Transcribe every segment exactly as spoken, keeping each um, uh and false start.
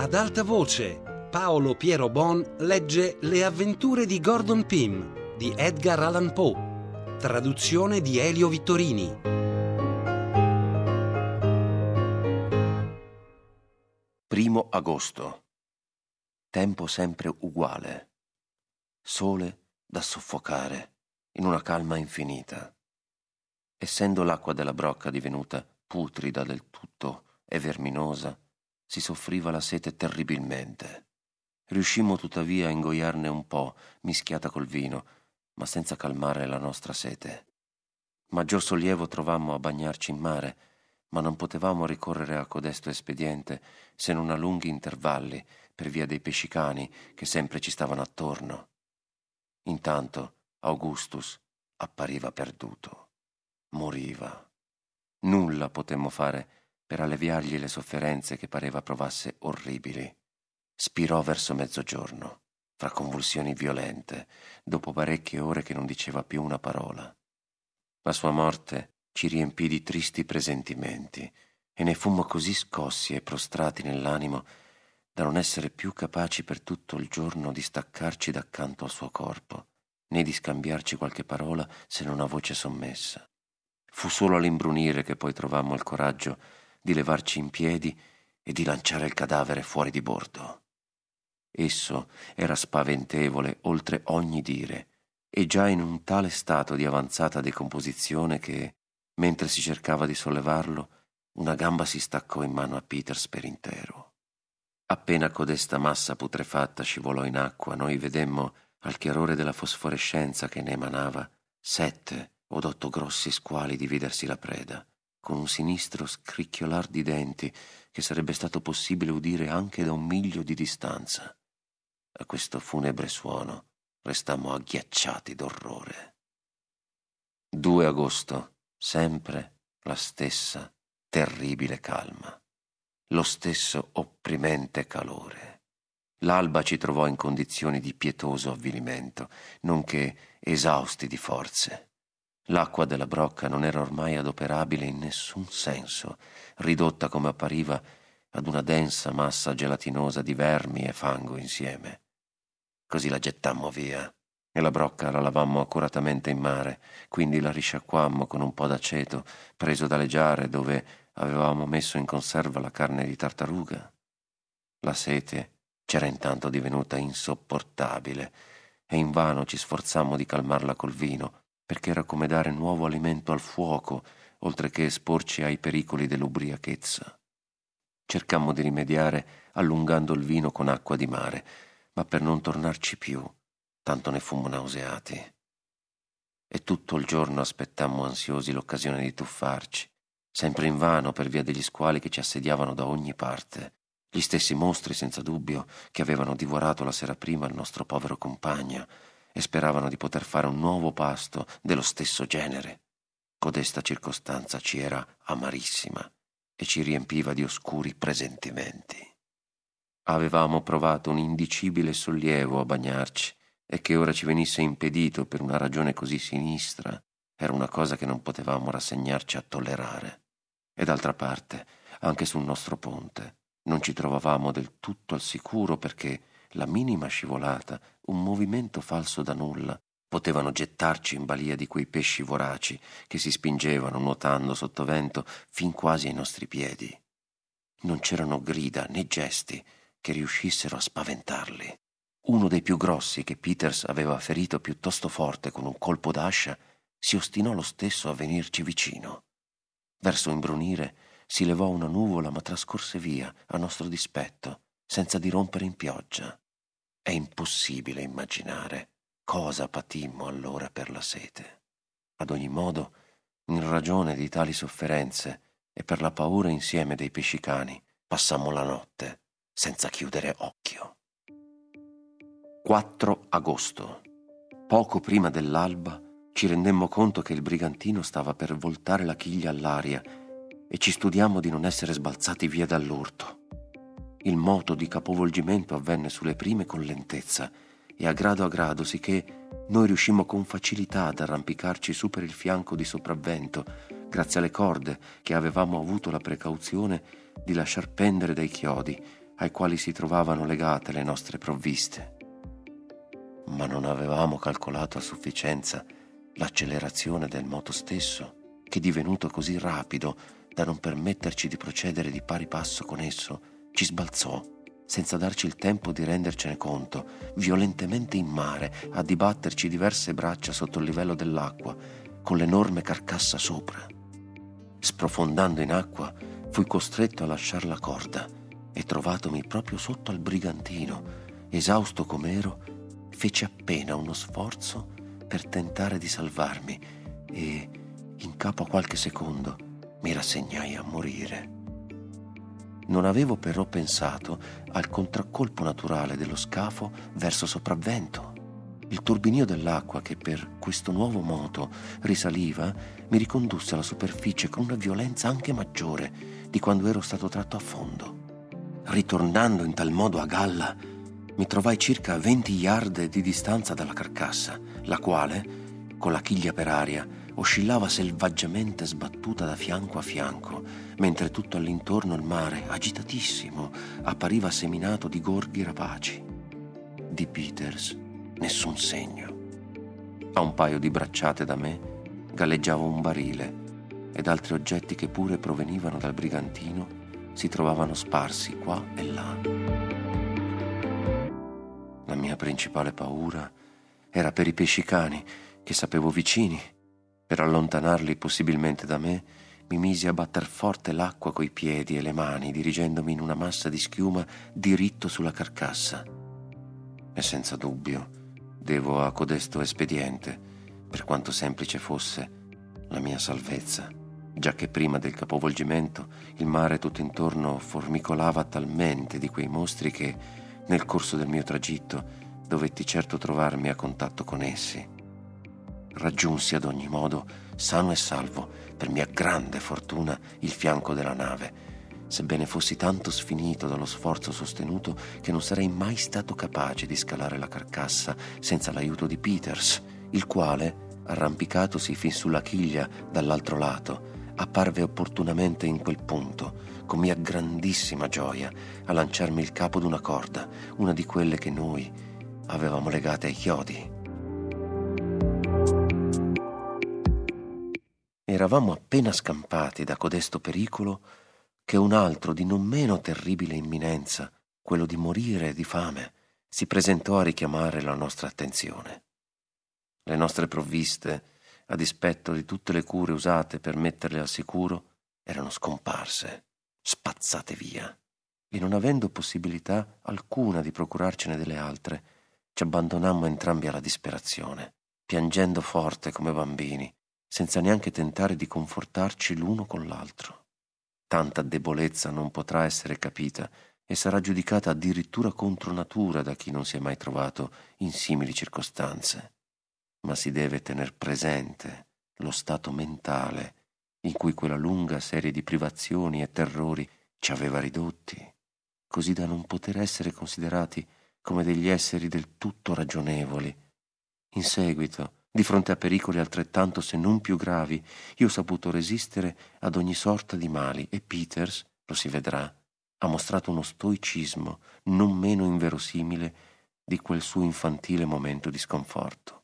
Ad alta voce, Paolo Piero Bon legge Le avventure di Gordon Pym di Edgar Allan Poe, traduzione di Elio Vittorini. Primo agosto. Tempo sempre uguale. Sole da soffocare in una calma infinita. Essendo l'acqua della brocca divenuta putrida del tutto e verminosa, si soffriva la sete terribilmente. Riuscimmo tuttavia a ingoiarne un po', mischiata col vino, ma senza calmare la nostra sete. Maggior sollievo trovammo a bagnarci in mare, ma non potevamo ricorrere a codesto espediente se non a lunghi intervalli per via dei pescicani che sempre ci stavano attorno. Intanto Augustus appariva perduto. Moriva. Nulla potemmo fare per alleviargli le sofferenze che pareva provasse orribili. Spirò verso mezzogiorno, fra convulsioni violente, dopo parecchie ore che non diceva più una parola. La sua morte ci riempì di tristi presentimenti e ne fummo così scossi e prostrati nell'animo da non essere più capaci per tutto il giorno di staccarci d'accanto al suo corpo, né di scambiarci qualche parola se non a voce sommessa. Fu solo all'imbrunire che poi trovammo il coraggio di levarci in piedi e di lanciare il cadavere fuori di bordo. Esso era spaventevole oltre ogni dire e già in un tale stato di avanzata decomposizione che, mentre si cercava di sollevarlo, una gamba si staccò in mano a Peters per intero. Appena codesta massa putrefatta scivolò in acqua, noi vedemmo, al chiarore della fosforescenza che ne emanava, sette od otto grossi squali dividersi la preda, con un sinistro scricchiolar di denti che sarebbe stato possibile udire anche da un miglio di distanza. A questo funebre suono restammo agghiacciati d'orrore. due agosto, sempre la stessa terribile calma, lo stesso opprimente calore. L'alba ci trovò in condizioni di pietoso avvilimento, nonché esausti di forze. L'acqua della brocca non era ormai adoperabile in nessun senso, ridotta come appariva ad una densa massa gelatinosa di vermi e fango insieme. Così la gettammo via e la brocca la lavammo accuratamente in mare, quindi la risciacquammo con un po' d'aceto preso da leggiare dove avevamo messo in conserva la carne di tartaruga. La sete c'era intanto divenuta insopportabile e invano ci sforzammo di calmarla col vino, perché era come dare nuovo alimento al fuoco, oltre che esporci ai pericoli dell'ubriachezza. Cercammo di rimediare allungando il vino con acqua di mare, ma per non tornarci più, tanto ne fummo nauseati. E tutto il giorno aspettammo ansiosi l'occasione di tuffarci, sempre invano per via degli squali che ci assediavano da ogni parte, gli stessi mostri senza dubbio che avevano divorato la sera prima il nostro povero compagno e speravano di poter fare un nuovo pasto dello stesso genere. Codesta circostanza ci era amarissima e ci riempiva di oscuri presentimenti. Avevamo provato un indicibile sollievo a bagnarci e che ora ci venisse impedito per una ragione così sinistra era una cosa che non potevamo rassegnarci a tollerare. E d'altra parte, anche sul nostro ponte, non ci trovavamo del tutto al sicuro perché la minima scivolata, un movimento falso da nulla, potevano gettarci in balia di quei pesci voraci che si spingevano nuotando sottovento fin quasi ai nostri piedi. Non c'erano grida né gesti che riuscissero a spaventarli. Uno dei più grossi che Peters aveva ferito piuttosto forte con un colpo d'ascia si ostinò lo stesso a venirci vicino. Verso imbrunire si levò una nuvola ma trascorse via a nostro dispetto senza dirompere in pioggia. È impossibile immaginare cosa patimmo allora per la sete. Ad ogni modo, in ragione di tali sofferenze e per la paura insieme dei pescicani, passammo la notte senza chiudere occhio. quattro agosto. Poco prima dell'alba ci rendemmo conto che il brigantino stava per voltare la chiglia all'aria e ci studiammo di non essere sbalzati via dall'urto. Il moto di capovolgimento avvenne sulle prime con lentezza e a grado a grado, sicché noi riuscimmo con facilità ad arrampicarci su per il fianco di sopravvento, grazie alle corde che avevamo avuto la precauzione di lasciar pendere dai chiodi, ai quali si trovavano legate le nostre provviste. Ma non avevamo calcolato a sufficienza l'accelerazione del moto stesso, che divenuto così rapido da non permetterci di procedere di pari passo con esso, ci sbalzò, senza darci il tempo di rendercene conto, violentemente in mare, a dibatterci diverse braccia sotto il livello dell'acqua, con l'enorme carcassa sopra. Sprofondando in acqua, fui costretto a lasciar la corda e, trovatomi proprio sotto al brigantino, esausto com'ero, feci appena uno sforzo per tentare di salvarmi e, in capo a qualche secondo, mi rassegnai a morire. Non avevo però pensato al contraccolpo naturale dello scafo verso sopravvento. Il turbinio dell'acqua che per questo nuovo moto risaliva mi ricondusse alla superficie con una violenza anche maggiore di quando ero stato tratto a fondo. Ritornando in tal modo a galla, mi trovai circa a venti yard di distanza dalla carcassa, la quale, con la chiglia per aria, oscillava selvaggiamente sbattuta da fianco a fianco, mentre tutto all'intorno il mare, agitatissimo, appariva seminato di gorghi rapaci. Di Peters nessun segno. A un paio di bracciate da me galleggiava un barile ed altri oggetti che pure provenivano dal brigantino si trovavano sparsi qua e là. La mia principale paura era per i pescicani che sapevo vicini. Per allontanarli possibilmente da me, mi misi a batter forte l'acqua coi piedi e le mani, dirigendomi in una massa di schiuma diritto sulla carcassa. E senza dubbio devo a codesto espediente, per quanto semplice fosse, la mia salvezza, giacché prima del capovolgimento il mare tutto intorno formicolava talmente di quei mostri che, nel corso del mio tragitto, dovetti certo trovarmi a contatto con essi. Raggiunsi ad ogni modo, sano e salvo, per mia grande fortuna, il fianco della nave, sebbene fossi tanto sfinito dallo sforzo sostenuto che non sarei mai stato capace di scalare la carcassa senza l'aiuto di Peters, il quale, arrampicatosi fin sulla chiglia dall'altro lato, apparve opportunamente in quel punto, con mia grandissima gioia, a lanciarmi il capo d'una corda, una di quelle che noi avevamo legate ai chiodi. Eravamo appena scampati da codesto pericolo che un altro di non meno terribile imminenza, quello di morire di fame, si presentò a richiamare la nostra attenzione. Le nostre provviste, a dispetto di tutte le cure usate per metterle al sicuro, erano scomparse, spazzate via, e non avendo possibilità alcuna di procurarcene delle altre, ci abbandonammo entrambi alla disperazione, piangendo forte come bambini, senza neanche tentare di confortarci l'uno con l'altro. Tanta debolezza non potrà essere capita e sarà giudicata addirittura contro natura da chi non si è mai trovato in simili circostanze. Ma si deve tener presente lo stato mentale in cui quella lunga serie di privazioni e terrori ci aveva ridotti, così da non poter essere considerati come degli esseri del tutto ragionevoli. In seguito, di fronte a pericoli altrettanto se non più gravi, io ho saputo resistere ad ogni sorta di mali e Peters, lo si vedrà, ha mostrato uno stoicismo non meno inverosimile di quel suo infantile momento di sconforto.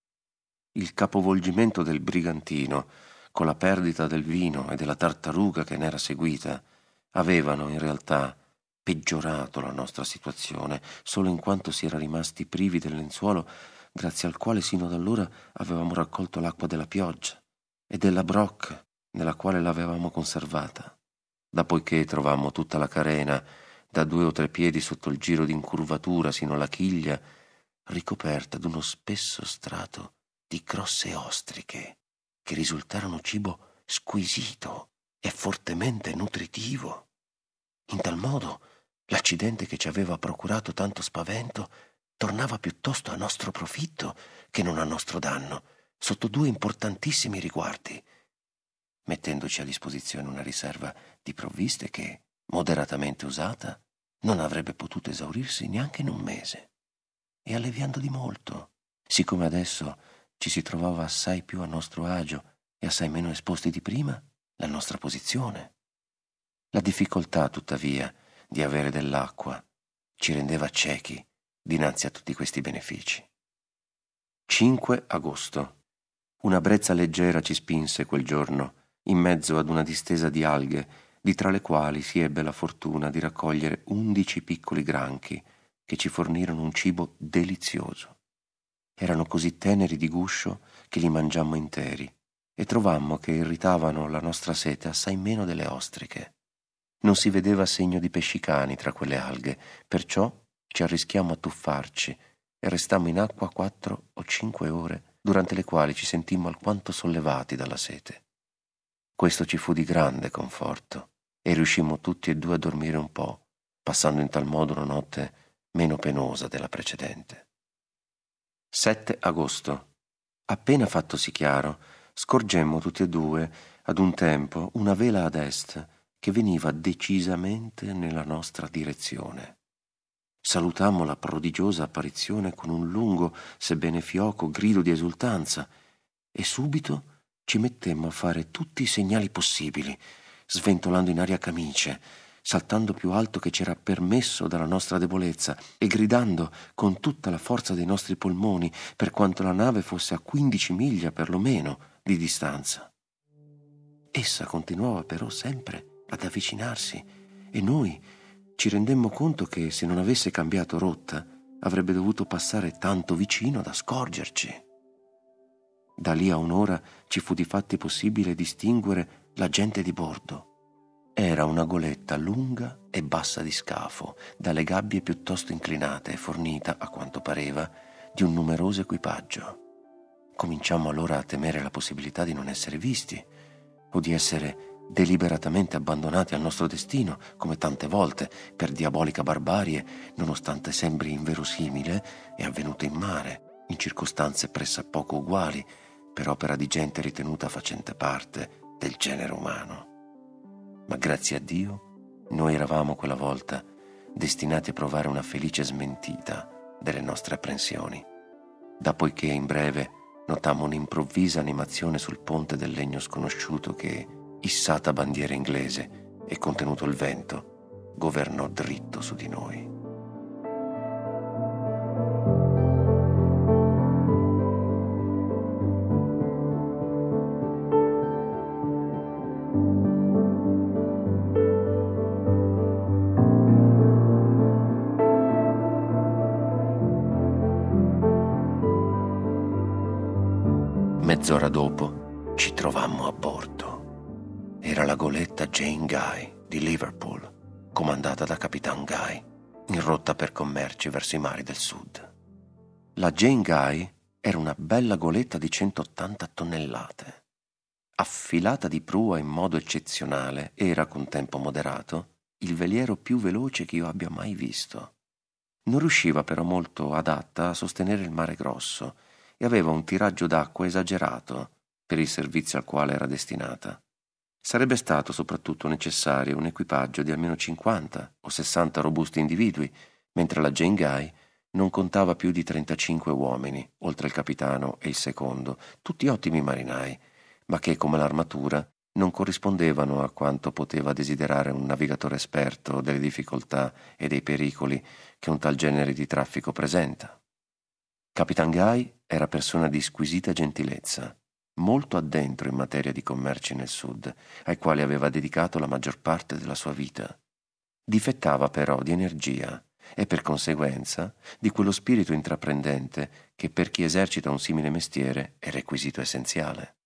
Il capovolgimento del brigantino, con la perdita del vino e della tartaruga che n'era seguita, avevano in realtà peggiorato la nostra situazione solo in quanto si era rimasti privi del lenzuolo grazie al quale sino ad allora avevamo raccolto l'acqua della pioggia e della brocca nella quale l'avevamo conservata. Dappoiché trovammo tutta la carena, da due o tre piedi sotto il giro d'incurvatura sino alla chiglia, ricoperta d'uno spesso strato di grosse ostriche, che risultarono cibo squisito e fortemente nutritivo. In tal modo, l'accidente che ci aveva procurato tanto spavento tornava piuttosto a nostro profitto che non a nostro danno, sotto due importantissimi riguardi, mettendoci a disposizione una riserva di provviste che, moderatamente usata, non avrebbe potuto esaurirsi neanche in un mese, e alleviando di molto, siccome adesso ci si trovava assai più a nostro agio e assai meno esposti di prima, la nostra posizione. La difficoltà, tuttavia, di avere dell'acqua ci rendeva ciechi dinanzi a tutti questi benefici. cinque agosto. Una brezza leggera ci spinse quel giorno in mezzo ad una distesa di alghe, di tra le quali si ebbe la fortuna di raccogliere undici piccoli granchi che ci fornirono un cibo delizioso. Erano così teneri di guscio che li mangiammo interi e trovammo che irritavano la nostra sete assai meno delle ostriche. Non si vedeva segno di pescicani tra quelle alghe, perciò ci arrischiammo a tuffarci e restammo in acqua quattro o cinque ore, durante le quali ci sentimmo alquanto sollevati dalla sete. Questo ci fu di grande conforto e riuscimmo tutti e due a dormire un po', passando in tal modo una notte meno penosa della precedente. sette agosto. Appena fattosi chiaro, scorgemmo tutti e due, ad un tempo, una vela ad est che veniva decisamente nella nostra direzione. Salutammo la prodigiosa apparizione con un lungo, sebbene fioco, grido di esultanza e subito ci mettemmo a fare tutti i segnali possibili, sventolando in aria camicie, saltando più alto che c'era permesso dalla nostra debolezza e gridando con tutta la forza dei nostri polmoni, per quanto la nave fosse a quindici miglia perlomeno di distanza. Essa continuava però sempre ad avvicinarsi e noi ci rendemmo conto che se non avesse cambiato rotta avrebbe dovuto passare tanto vicino da scorgerci. Da lì a un'ora ci fu difatti possibile distinguere la gente di bordo. Era una goletta lunga e bassa di scafo, dalle gabbie piuttosto inclinate e fornita, a quanto pareva, di un numeroso equipaggio. Cominciammo allora a temere la possibilità di non essere visti o di essere deliberatamente abbandonati al nostro destino, come tante volte, per diabolica barbarie, nonostante sembri inverosimile, è avvenuto in mare, in circostanze pressappoco uguali, per opera di gente ritenuta facente parte del genere umano. Ma grazie a Dio, noi eravamo quella volta destinati a provare una felice smentita delle nostre apprensioni, dappoiché in breve notammo un'improvvisa animazione sul ponte del legno sconosciuto che, issata bandiera inglese e contenuto il vento, governò dritto su di noi. Mezz'ora dopo ci trovammo a bordo. Era la goletta Jane Guy di Liverpool, comandata da Capitan Guy, in rotta per commerci verso i mari del sud. La Jane Guy era una bella goletta di centottanta tonnellate. Affilata di prua in modo eccezionale, era, con tempo moderato, il veliero più veloce che io abbia mai visto. Non riusciva però molto adatta a sostenere il mare grosso e aveva un tiraggio d'acqua esagerato per il servizio al quale era destinata. Sarebbe stato soprattutto necessario un equipaggio di almeno cinquanta o sessanta robusti individui, mentre la Jane Guy non contava più di trentacinque uomini, oltre il capitano e il secondo, tutti ottimi marinai, ma che, come l'armatura, non corrispondevano a quanto poteva desiderare un navigatore esperto delle difficoltà e dei pericoli che un tal genere di traffico presenta. Capitan Guy era persona di squisita gentilezza, molto addentro in materia di commerci nel sud, ai quali aveva dedicato la maggior parte della sua vita. Difettava però di energia e per conseguenza di quello spirito intraprendente che per chi esercita un simile mestiere è requisito essenziale.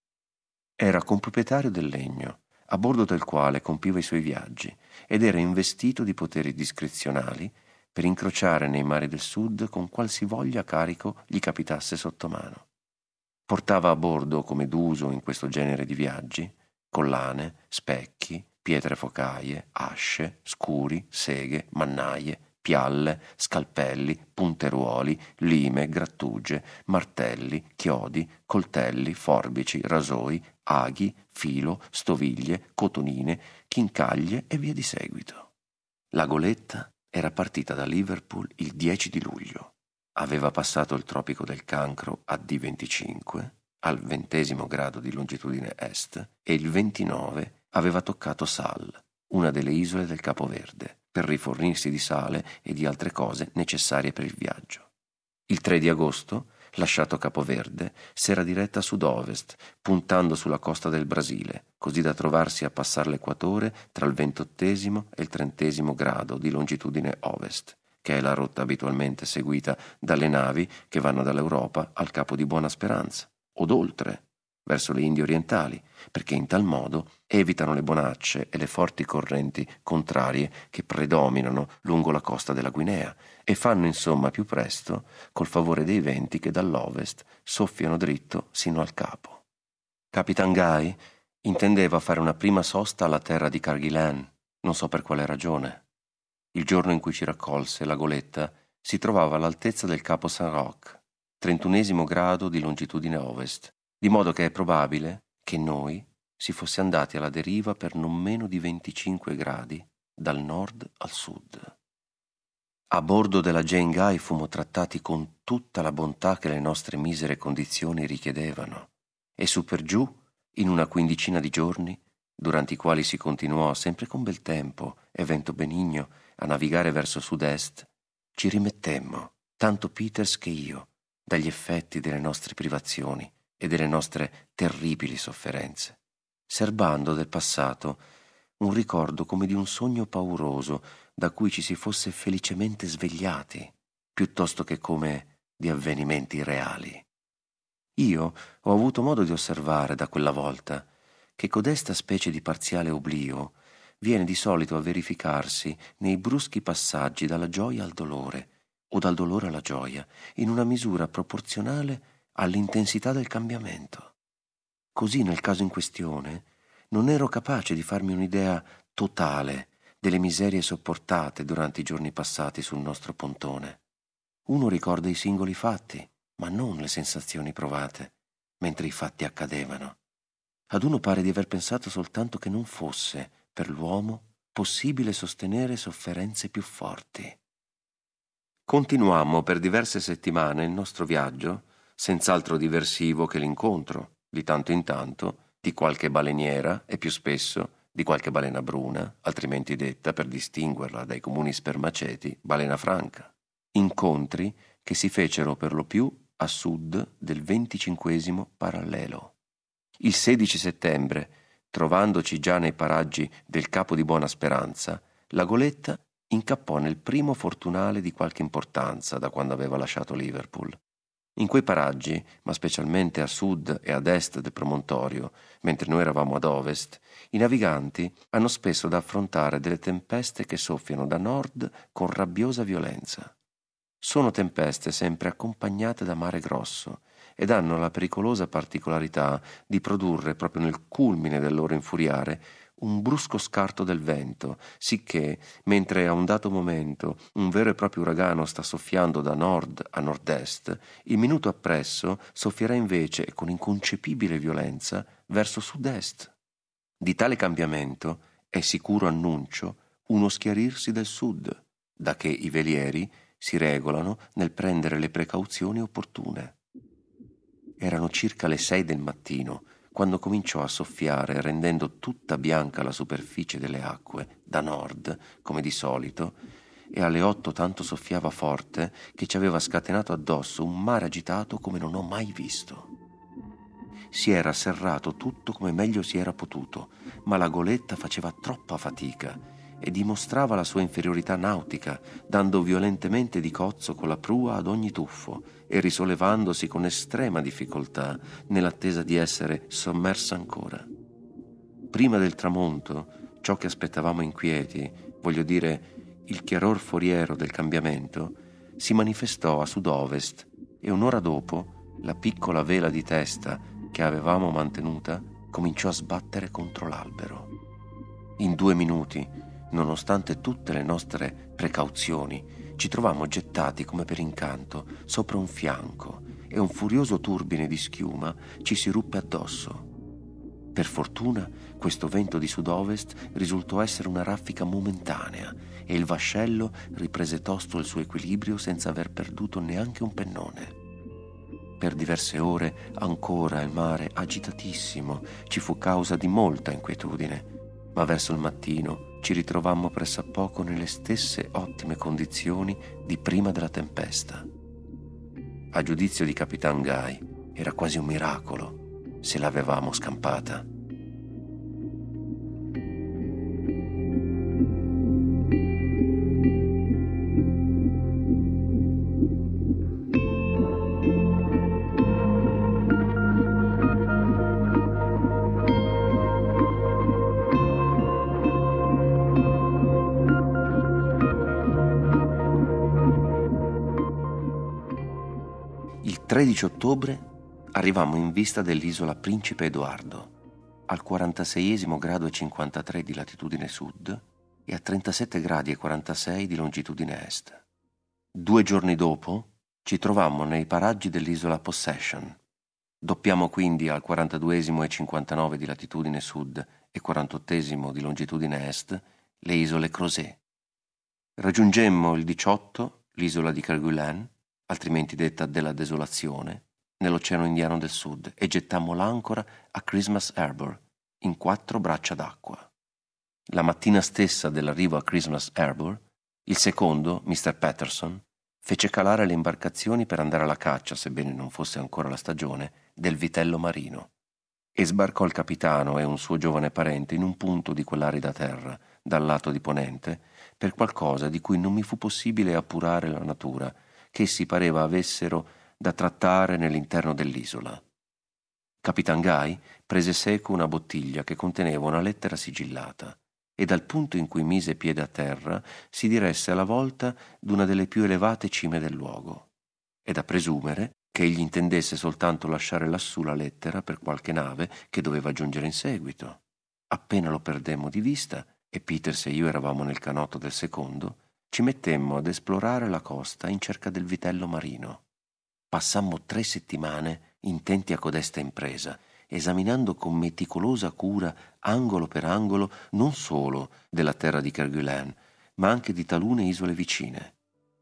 Era comproprietario del legno, a bordo del quale compiva i suoi viaggi, ed era investito di poteri discrezionali per incrociare nei mari del sud con qualsivoglia carico gli capitasse sotto mano. Portava a bordo, come d'uso in questo genere di viaggi, collane, specchi, pietre focaie, asce, scuri, seghe, mannaie, pialle, scalpelli, punteruoli, lime, grattugie, martelli, chiodi, coltelli, forbici, rasoi, aghi, filo, stoviglie, cotonine, chincaglie e via di seguito. La goletta era partita da Liverpool il dieci di luglio. Aveva passato il tropico del Cancro a D venticinque, al ventesimo grado di longitudine est, e il ventinove aveva toccato Sal, una delle isole del Capo Verde, per rifornirsi di sale e di altre cose necessarie per il viaggio. Il tre di agosto, lasciato Capoverde, s'era diretta a sud-ovest, puntando sulla costa del Brasile, così da trovarsi a passare l'equatore tra il ventottesimo e il trentesimo grado di longitudine ovest, che è la rotta abitualmente seguita dalle navi che vanno dall'Europa al Capo di Buona Speranza, o d'oltre, verso le Indie orientali, perché in tal modo evitano le bonacce e le forti correnti contrarie che predominano lungo la costa della Guinea e fanno insomma più presto col favore dei venti che dall'ovest soffiano dritto sino al capo. Capitan Guy intendeva fare una prima sosta alla terra di Kerguelen, non so per quale ragione. Il giorno in cui ci raccolse, la goletta si trovava all'altezza del Capo Saint-Roch, trentunesimo grado di longitudine ovest, di modo che è probabile che noi si fosse andati alla deriva per non meno di venticinque gradi dal nord al sud. A bordo della Jane Guy fummo trattati con tutta la bontà che le nostre misere condizioni richiedevano e su per giù, in una quindicina di giorni, durante i quali si continuò sempre con bel tempo e vento benigno a navigare verso sud-est, ci rimettemmo, tanto Peters che io, dagli effetti delle nostre privazioni e delle nostre terribili sofferenze, serbando del passato un ricordo come di un sogno pauroso da cui ci si fosse felicemente svegliati, piuttosto che come di avvenimenti reali. Io ho avuto modo di osservare da quella volta che codesta specie di parziale oblio viene di solito a verificarsi nei bruschi passaggi dalla gioia al dolore o dal dolore alla gioia, in una misura proporzionale all'intensità del cambiamento. Così nel caso in questione non ero capace di farmi un'idea totale delle miserie sopportate durante i giorni passati sul nostro pontone. Uno ricorda i singoli fatti, ma non le sensazioni provate, mentre i fatti accadevano. Ad uno pare di aver pensato soltanto che non fosse, per l'uomo, possibile sostenere sofferenze più forti. Continuammo per diverse settimane il nostro viaggio, senz'altro diversivo che l'incontro, di tanto in tanto, di qualche baleniera e più spesso di qualche balena bruna, altrimenti detta, per distinguerla dai comuni spermaceti, balena franca. Incontri che si fecero per lo più a sud del venticinquesimo parallelo. Il sedici settembre, trovandoci già nei paraggi del Capo di Buona Speranza, la goletta incappò nel primo fortunale di qualche importanza da quando aveva lasciato Liverpool. In quei paraggi, ma specialmente a sud e ad est del promontorio, mentre noi eravamo ad ovest, i naviganti hanno spesso da affrontare delle tempeste che soffiano da nord con rabbiosa violenza. Sono tempeste sempre accompagnate da mare grosso ed hanno la pericolosa particolarità di produrre proprio nel culmine del loro infuriare un brusco scarto del vento, sicché, mentre a un dato momento un vero e proprio uragano sta soffiando da nord a nord-est, il minuto appresso soffierà invece, con inconcepibile violenza, verso sud-est. Di tale cambiamento è sicuro annuncio uno schiarirsi del sud, da che i velieri si regolano nel prendere le precauzioni opportune. Erano circa le sei del mattino, quando cominciò a soffiare, rendendo tutta bianca la superficie delle acque, da nord, come di solito, e alle otto tanto soffiava forte che ci aveva scatenato addosso un mare agitato come non ho mai visto. Si era serrato tutto come meglio si era potuto, ma la goletta faceva troppa fatica e dimostrava la sua inferiorità nautica, dando violentemente di cozzo con la prua ad ogni tuffo e risollevandosi con estrema difficoltà nell'attesa di essere sommersa ancora. Prima del tramonto, ciò che aspettavamo inquieti, voglio dire il chiaror foriero del cambiamento, si manifestò a sud-ovest e un'ora dopo la piccola vela di testa che avevamo mantenuta cominciò a sbattere contro l'albero. In due minuti, nonostante tutte le nostre precauzioni, ci trovammo gettati come per incanto sopra un fianco e un furioso turbine di schiuma ci si ruppe addosso. Per fortuna questo vento di sud-ovest risultò essere una raffica momentanea e il vascello riprese tosto il suo equilibrio senza aver perduto neanche un pennone. Per diverse ore ancora il mare agitatissimo ci fu causa di molta inquietudine, ma verso il mattino ci ritrovammo pressappoco nelle stesse ottime condizioni di prima della tempesta. A giudizio di Capitan Guy era quasi un miracolo se l'avevamo scampata. Il tredici ottobre arrivammo in vista dell'isola Principe Edoardo, al quarantaseiesimo grado e cinquantatré di latitudine sud e a trentasette gradi e quarantasei di longitudine est. Due giorni dopo ci trovammo nei paraggi dell'isola Possession. Doppiamo quindi al quarantaduesimo e cinquantanove di latitudine sud e quarantottesimo di longitudine est le isole Crozet. Raggiungemmo il diciotto l'isola di Kerguelen, altrimenti detta della Desolazione, nell'Oceano Indiano del Sud, e gettammo l'ancora a Christmas Harbour, in quattro braccia d'acqua. La mattina stessa dell'arrivo a Christmas Harbour, il secondo, mister Patterson, fece calare le imbarcazioni per andare alla caccia, sebbene non fosse ancora la stagione, del vitello marino, e sbarcò il capitano e un suo giovane parente in un punto di quell'arida terra, dal lato di ponente, per qualcosa di cui non mi fu possibile appurare la natura, che essi pareva avessero da trattare nell'interno dell'isola. Capitan Guy prese seco una bottiglia che conteneva una lettera sigillata e dal punto in cui mise piede a terra si diresse alla volta d'una delle più elevate cime del luogo. È da presumere che egli intendesse soltanto lasciare lassù la lettera per qualche nave che doveva giungere in seguito. Appena lo perdemmo di vista, e Peters e io eravamo nel canotto del secondo, ci mettemmo ad esplorare la costa in cerca del vitello marino. Passammo tre settimane intenti a codesta impresa, esaminando con meticolosa cura, angolo per angolo, non solo della terra di Kerguelen, ma anche di talune isole vicine.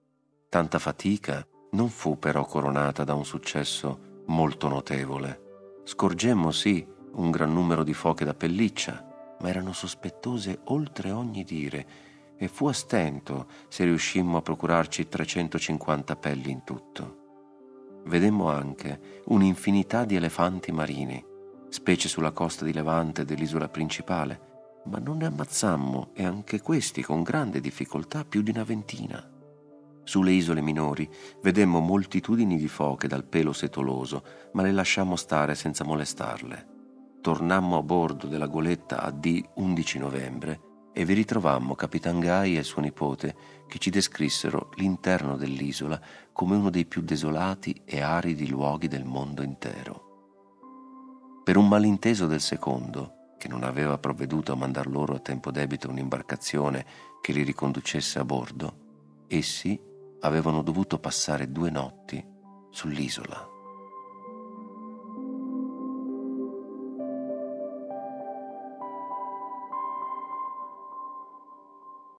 Tanta fatica non fu però coronata da un successo molto notevole. Scorgemmo sì un gran numero di foche da pelliccia, ma erano sospettose oltre ogni dire, e fu a stento se riuscimmo a procurarci trecentocinquanta pelli in tutto. Vedemmo anche un'infinità di elefanti marini, specie sulla costa di levante dell'isola principale, ma non ne ammazzammo, e anche questi con grande difficoltà, più di una ventina. Sulle isole minori vedemmo moltitudini di foche dal pelo setoloso, ma le lasciammo stare senza molestarle. Tornammo a bordo della goletta a D undici novembre e vi ritrovammo Capitan Guy e suo nipote, che ci descrissero l'interno dell'isola come uno dei più desolati e aridi luoghi del mondo intero. Per un malinteso del secondo, che non aveva provveduto a mandar loro a tempo debito un'imbarcazione che li riconducesse a bordo, essi avevano dovuto passare due notti sull'isola.